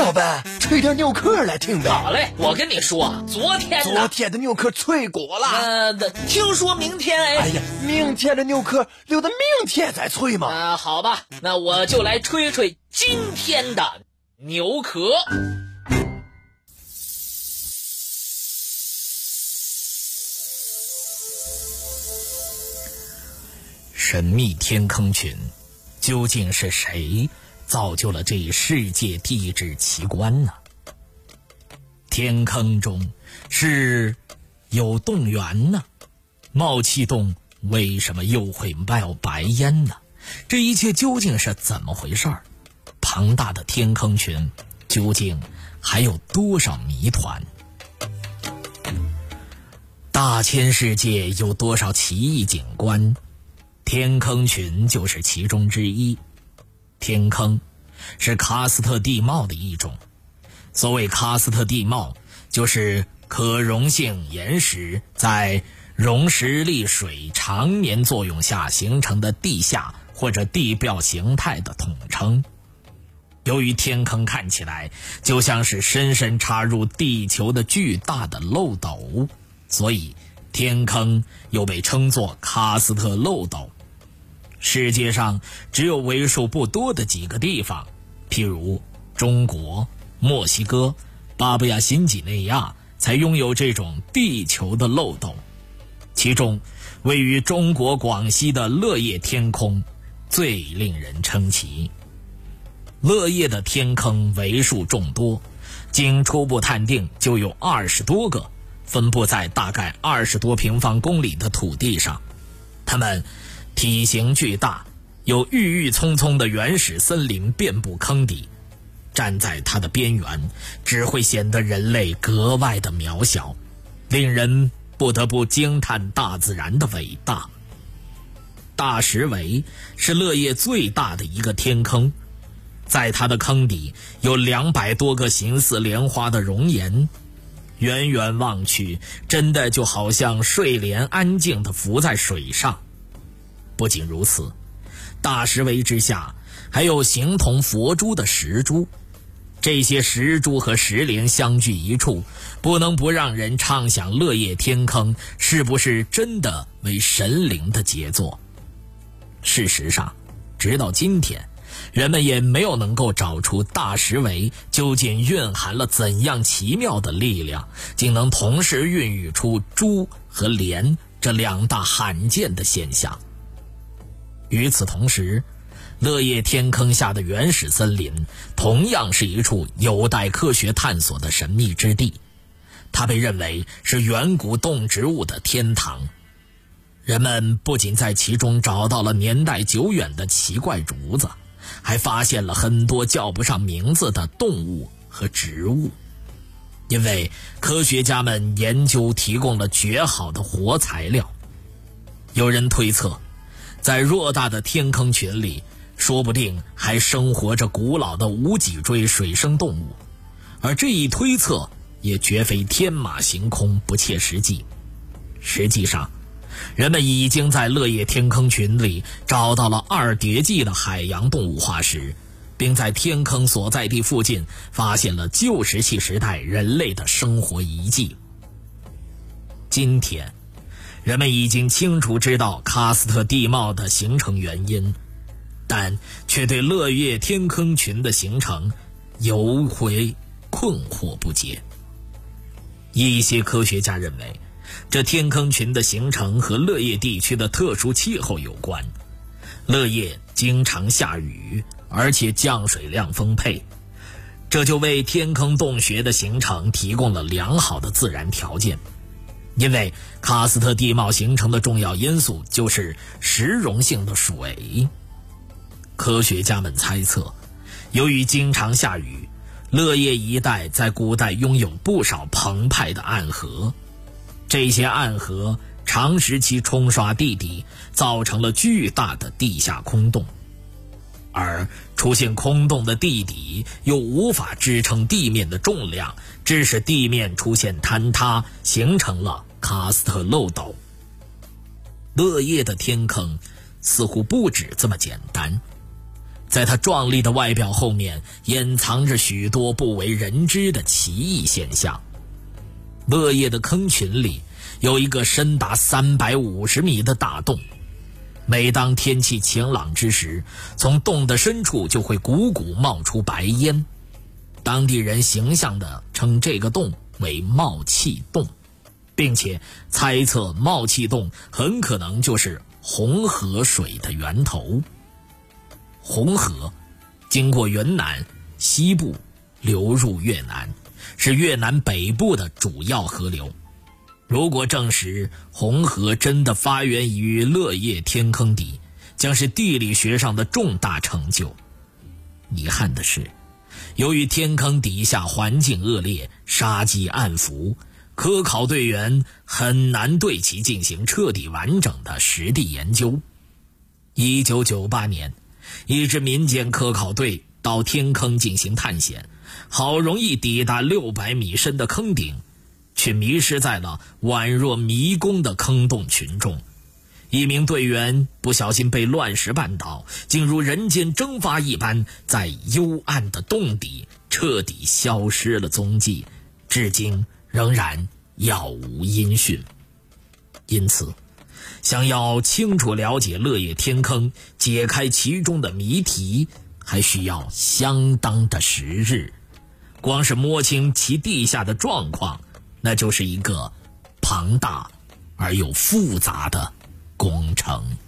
老板，吹点牛壳来听呗。 好嘞，我跟你说，昨天的牛壳脆果了。 听说明天哎呀，明天的牛壳留到明天再吹嘛。 好吧，那我就来吹吹今天的牛壳。神秘天坑群，究竟是谁造就了这世界地质奇观呢？天坑中是有洞源呢？冒气洞为什么又会冒白烟呢？这一切究竟是怎么回事？庞大的天坑群究竟还有多少谜团？大千世界有多少奇异景观？天坑群就是其中之一。天坑是喀斯特地貌的一种。所谓喀斯特地貌，就是可溶性岩石在溶石砾水常年作用下形成的地下或者地表形态的统称。由于天坑看起来就像是深深插入地球的巨大的漏斗，所以天坑又被称作喀斯特漏斗。世界上只有为数不多的几个地方，譬如中国、墨西哥、巴布亚新几内亚才拥有这种地球的漏斗。其中位于中国广西的乐业天空最令人称奇。乐业的天坑为数众多，经初步探定就有20多个，分布在大概20多平方公里的土地上。它们体型巨大，有郁郁葱葱的原始森林遍布坑底，站在它的边缘只会显得人类格外的渺小，令人不得不惊叹大自然的伟大。大石围是乐业最大的一个天坑，在它的坑底有200多个形似莲花的熔岩，远远望去真的就好像睡莲安静地浮在水上。不仅如此，大石围之下还有形同佛珠的石珠，这些石珠和石莲相聚一处，不能不让人畅想乐业天坑是不是真的为神灵的杰作。事实上，直到今天，人们也没有能够找出大石围究竟蕴含了怎样奇妙的力量，竟能同时孕育出珠和莲这2大罕见的现象。与此同时，乐业天坑下的原始森林同样是一处有待科学探索的神秘之地，它被认为是远古动植物的天堂。人们不仅在其中找到了年代久远的奇怪竹子，还发现了很多叫不上名字的动物和植物。因为科学家们研究提供了绝好的活材料，有人推测在偌大的天坑群里，说不定还生活着古老的无脊椎水生动物，而这一推测也绝非天马行空不切实际。实际上，人们已经在乐业天坑群里找到了2叠纪的海洋动物化石，并在天坑所在地附近发现了旧石器时代人类的生活遗迹。今天人们已经清楚知道喀斯特地貌的形成原因，但却对乐业天坑群的形成犹会困惑不解。一些科学家认为，这天坑群的形成和乐业地区的特殊气候有关。乐业经常下雨，而且降水量丰沛，这就为天坑洞穴的形成提供了良好的自然条件。因为喀斯特地貌形成的重要因素就是石溶性的水。科学家们猜测，由于经常下雨，乐业一带在古代拥有不少澎湃的暗河，这些暗河长时期冲刷地底，造成了巨大的地下空洞，而出现空洞的地底又无法支撑地面的重量，致使地面出现坍塌，形成了喀斯特漏斗。乐业的天坑似乎不止这么简单。 在它壮丽的外表后面掩藏着许多不为人知的奇异现象。落叶的坑群里有一个深达350米的大洞，每当天气晴朗之时，从洞的深处就会汩汩冒出白烟。当地人形象地称这个洞为冒气洞，并且猜测冒气洞很可能就是红河水的源头。红河经过云南西部流入越南，是越南北部的主要河流。如果证实红河真的发源于乐业天坑底，将是地理学上的重大成就。遗憾的是，由于天坑底下环境恶劣，沙积暗浮，科考队员很难对其进行彻底完整的实地研究。1998年，一支民间科考队到天坑进行探险，好容易抵达600米深的坑顶，却迷失在了宛若迷宫的坑洞群中。一名队员不小心被乱石绊倒，竟如人间蒸发一般，在幽暗的洞底彻底消失了踪迹，至今仍然杳无音讯。因此，想要清楚了解乐业天坑，解开其中的谜题，还需要相当的时日。光是摸清其地下的状况，那就是一个庞大而又复杂的工程。